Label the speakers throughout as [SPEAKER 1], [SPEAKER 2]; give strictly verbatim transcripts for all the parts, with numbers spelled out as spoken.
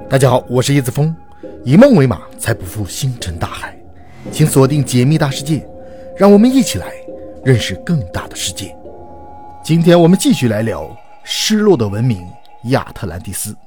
[SPEAKER 1] 大家好，我是叶子峰，以梦为马，才不负星辰大海。请锁定解密大世界，让我们一起来认识更大的世界。今天我们继续来聊失落的文明亚特兰蒂斯。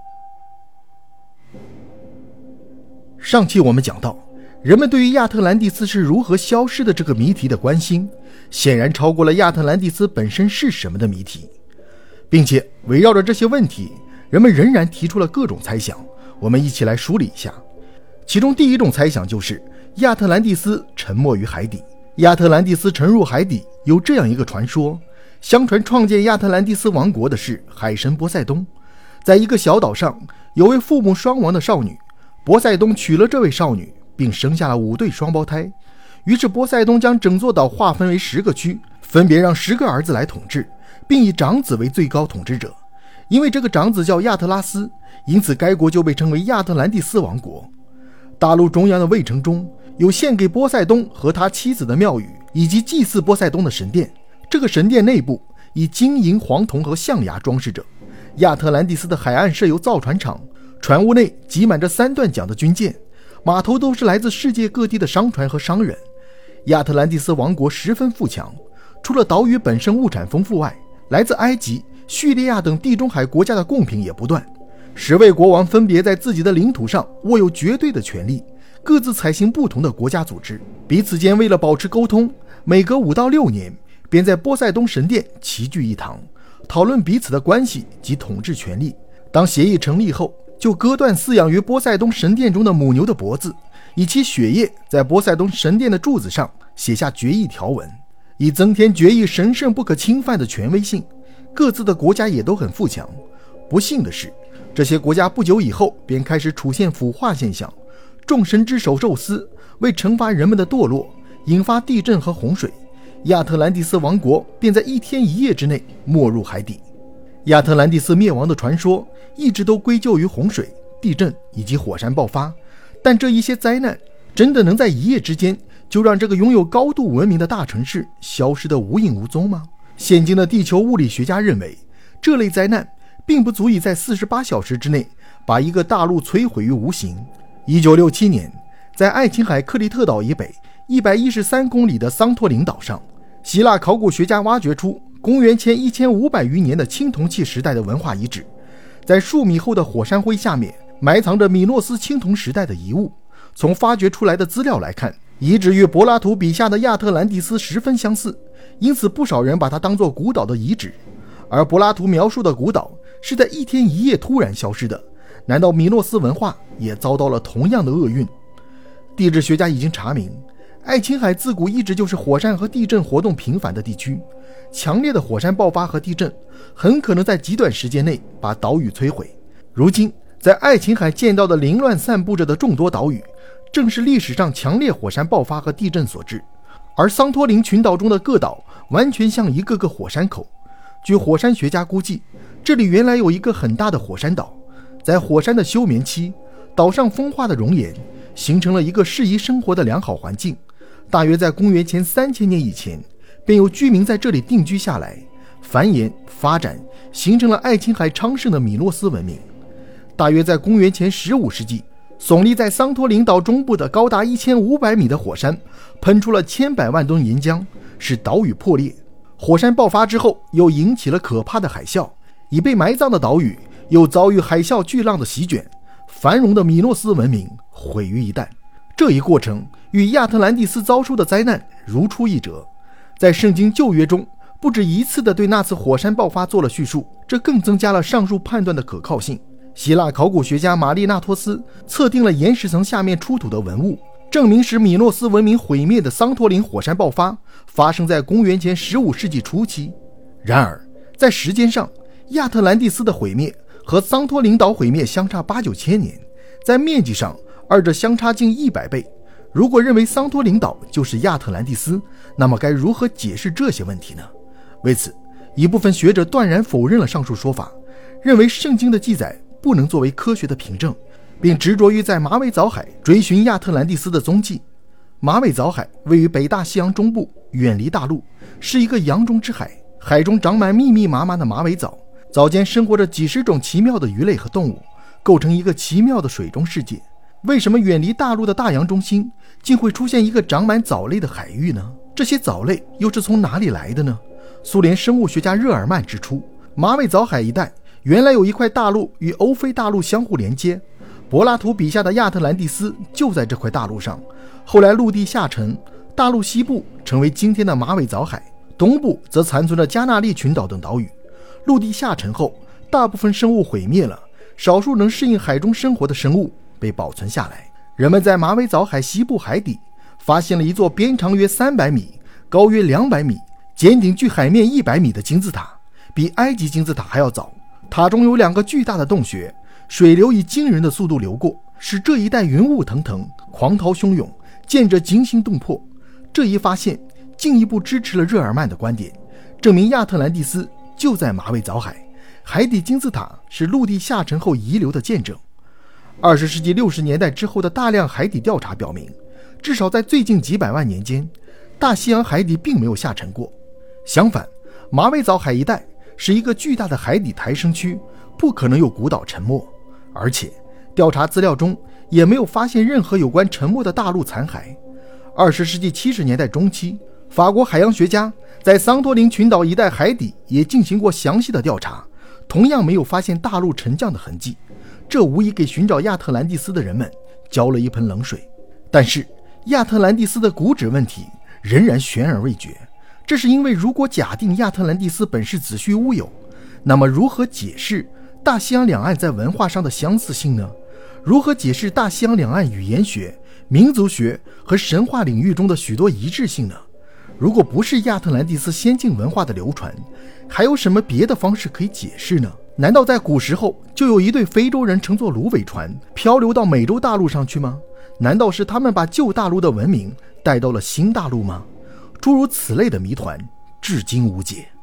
[SPEAKER 1] 上期我们讲到，人们对于亚特兰蒂斯是如何消失的这个谜题的关心，显然超过了亚特兰蒂斯本身是什么的谜题，并且围绕着这些问题，人们仍然提出了各种猜想，我们一起来梳理一下。其中第一种猜想就是亚特兰蒂斯沉没于海底。亚特兰蒂斯沉入海底，有这样一个传说，相传创建亚特兰蒂斯王国的是海神波塞冬。在一个小岛上，有位父母双亡的少女，波塞冬娶了这位少女，并生下了五对双胞胎。于是波塞冬将整座岛划分为十个区，分别让十个儿子来统治，并以长子为最高统治者。因为这个长子叫亚特拉斯，因此该国就被称为亚特兰蒂斯王国。大陆中央的卫城中有献给波塞冬和他妻子的庙宇，以及祭祀波塞冬的神殿。这个神殿内部以金银黄铜和象牙装饰着。亚特兰蒂斯的海岸设有造船厂，船坞内挤满着三段桨的军舰，码头都是来自世界各地的商船和商人。亚特兰蒂斯王国十分富强，除了岛屿本身物产丰富外，来自埃及、叙利亚等地中海国家的贡品也不断。十位国王分别在自己的领土上握有绝对的权力，各自采行不同的国家组织，彼此间为了保持沟通，每隔五到六年便在波塞冬神殿齐聚一堂，讨论彼此的关系及统治权力。当协议成立后，就割断饲养于波塞冬神殿中的母牛的脖子，以其血液在波塞冬神殿的柱子上写下决议条文，以增添决议神圣不可侵犯的权威性。各自的国家也都很富强，不幸的是，这些国家不久以后便开始出现腐化现象。众神之首宙斯为惩罚人们的堕落，引发地震和洪水，亚特兰蒂斯王国便在一天一夜之内没入海底。亚特兰蒂斯灭亡的传说一直都归咎于洪水、地震以及火山爆发，但这一些灾难真的能在一夜之间就让这个拥有高度文明的大城市消失得无影无踪吗？现今的地球物理学家认为，这类灾难并不足以在四十八小时之内把一个大陆摧毁于无形。一九六七年，在爱琴海克里特岛以北一百一十三公里的桑托林岛上，希腊考古学家挖掘出公元前一千五百余年的青铜器时代的文化遗址。在数米厚的火山灰下面埋藏着米诺斯青铜时代的遗物。从发掘出来的资料来看，遗址与柏拉图笔下的亚特兰蒂斯十分相似，因此不少人把它当作古岛的遗址。而柏拉图描述的古岛是在一天一夜突然消失的，难道米诺斯文化也遭到了同样的厄运？地质学家已经查明，爱琴海自古一直就是火山和地震活动频繁的地区，强烈的火山爆发和地震很可能在极短时间内把岛屿摧毁。如今在爱琴海见到的凌乱散布着的众多岛屿，正是历史上强烈火山爆发和地震所致。而桑托林群岛中的各岛完全像一个个火山口。据火山学家估计，这里原来有一个很大的火山岛，在火山的休眠期，岛上风化的熔岩形成了一个适宜生活的良好环境。大约在公元前三千年以前，便有居民在这里定居下来，繁衍发展，形成了爱琴海昌盛的米诺斯文明。大约在公元前十五世纪，耸立在桑托林岛中部的高达一千五百米的火山喷出了千百万吨岩浆，使岛屿破裂。火山爆发之后，又引起了可怕的海啸，已被埋葬的岛屿又遭遇海啸巨浪的席卷，繁荣的米诺斯文明毁于一旦。这一过程与亚特兰蒂斯遭受的灾难如出一辙。在圣经旧约中不止一次地对那次火山爆发做了叙述，这更增加了上述判断的可靠性。希腊考古学家玛丽纳托斯测定了岩石层下面出土的文物，证明使米诺斯文明毁灭的桑托林火山爆发发生在公元前十五世纪初期。然而在时间上，亚特兰蒂斯的毁灭和桑托林岛毁灭相差八九千年，在面积上二者相差近一百倍。如果认为桑托林岛就是亚特兰蒂斯，那么该如何解释这些问题呢？为此，一部分学者断然否认了上述说法，认为圣经的记载不能作为科学的凭证，并执着于在马尾藻海追寻亚特兰蒂斯的踪迹。马尾藻海位于北大西洋中部，远离大陆，是一个洋中之海，海中长满密密麻麻的马尾藻，藻间生活着几十种奇妙的鱼类和动物， 构成一个奇妙的水中世界。为什么远离大陆的大洋中心竟会出现一个长满藻类的海域呢？这些藻类又是从哪里来的呢？苏联生物学家热尔曼指出，马尾藻海一带原来有一块大陆与欧非大陆相互连接，柏拉图笔下的亚特兰蒂斯就在这块大陆上。后来陆地下沉，大陆西部成为今天的马尾藻海，东部则残存着加纳利群岛等岛屿。陆地下沉后，大部分生物毁灭了，少数能适应海中生活的生物被保存下来。人们在马尾藻海西部海底发现了一座边长约三百米、高约两百米、尖顶距海面一百米的金字塔，比埃及金字塔还要早。塔中有两个巨大的洞穴，水流以惊人的速度流过，使这一带云雾腾腾，狂涛汹涌，见着惊心动魄。这一发现进一步支持了热尔曼的观点，证明亚特兰蒂斯就在马尾藻海，海底金字塔是陆地下沉后遗留的见证。二十世纪六十年代之后的大量海底调查表明，至少在最近几百万年间，大西洋海底并没有下沉过。相反，马尾藻海一带是一个巨大的海底抬升区，不可能有古岛沉没，而且调查资料中也没有发现任何有关沉没的大陆残骸。二十世纪七十年代中期，法国海洋学家在桑多林群岛一带海底也进行过详细的调查，同样没有发现大陆沉降的痕迹，这无疑给寻找亚特兰蒂斯的人们浇了一盆冷水。但是亚特兰蒂斯的古址问题仍然悬而未决，这是因为如果假定亚特兰蒂斯本是子虚乌有，那么如何解释大西洋两岸在文化上的相似性呢？如何解释大西洋两岸语言学、民族学和神话领域中的许多一致性呢？如果不是亚特兰蒂斯先进文化的流传，还有什么别的方式可以解释呢？难道在古时候就有一对非洲人乘坐芦苇船漂流到美洲大陆上去吗？难道是他们把旧大陆的文明带到了新大陆吗？诸如此类的谜团至今无解。